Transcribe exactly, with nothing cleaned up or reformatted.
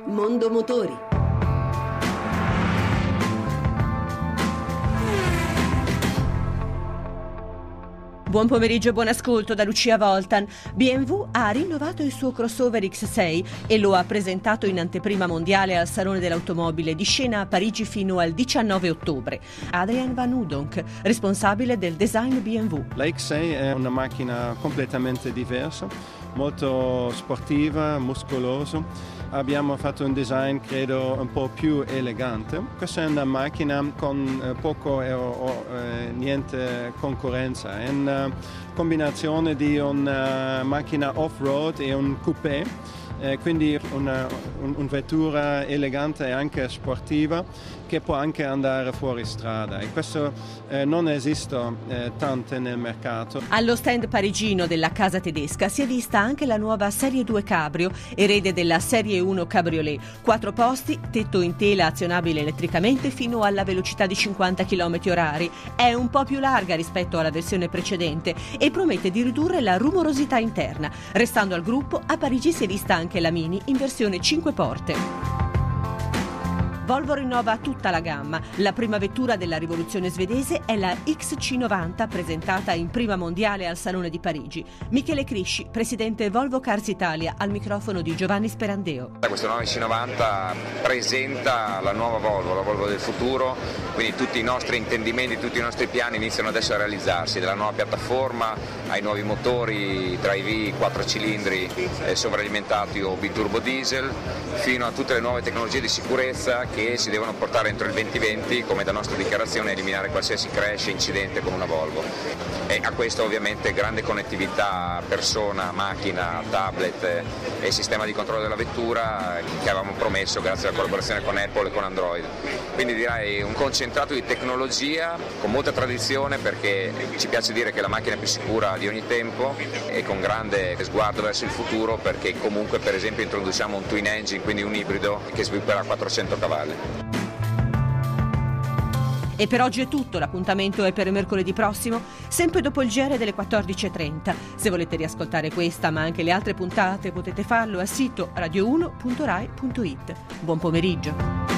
Mondo Motori. Buon pomeriggio e buon ascolto da Lucia Voltan. B M W ha rinnovato il suo crossover X sei e lo ha presentato in anteprima mondiale al Salone dell'Automobile di Scena a Parigi fino al diciannove ottobre. Adrian Van Udonk, responsabile del design B M W. La X sei è una macchina completamente diversa, molto sportiva, muscolosa. Abbiamo fatto un design credo un po' più elegante. Questa è una macchina con eh, poco e o, eh, niente concorrenza. È una combinazione di una macchina off-road e un coupé, eh, quindi una un, un vettura elegante e anche sportiva che può anche andare fuori strada, e questo eh, non esiste eh, tante nel mercato. Allo stand parigino della casa tedesca si è vista anche la nuova Serie due Cabrio, erede della Serie uno Cabriolet, quattro posti, tetto in tela azionabile elettricamente fino alla velocità di cinquanta chilometri orari. È un po' più larga rispetto alla versione precedente e promette di ridurre la rumorosità interna. Restando al gruppo, a Parigi si è vista anche la Mini in versione cinque porte. Volvo rinnova tutta la gamma. La prima vettura della rivoluzione svedese è la X C novanta, presentata in prima mondiale al Salone di Parigi. Michele Crisci, presidente Volvo Cars Italia, al microfono di Giovanni Sperandeo. Questa nuova X C novanta presenta la nuova Volvo, la Volvo del futuro, quindi tutti i nostri intendimenti, tutti i nostri piani iniziano adesso a realizzarsi, dalla nuova piattaforma ai nuovi motori drive quattro cilindri eh, sovralimentati o biturbo diesel, fino a tutte le nuove tecnologie di sicurezza che si devono portare entro il duemilaventi, come da nostra dichiarazione, eliminare qualsiasi crash e incidente con una Volvo. E a questo ovviamente grande connettività persona, macchina, tablet e sistema di controllo della vettura che avevamo promesso grazie alla collaborazione con Apple e con Android. Quindi direi un concentrato di tecnologia con molta tradizione, perché ci piace dire che è la macchina più sicura di ogni tempo, e con grande sguardo verso il futuro, perché comunque per esempio introduciamo un twin engine, quindi un ibrido che svilupperà quattrocento cavalli. E per oggi è tutto, l'appuntamento è per mercoledì prossimo, sempre dopo il G R delle quattordici e trenta. Se volete riascoltare questa ma anche le altre puntate potete farlo al sito radio uno punto rai punto it. Buon pomeriggio.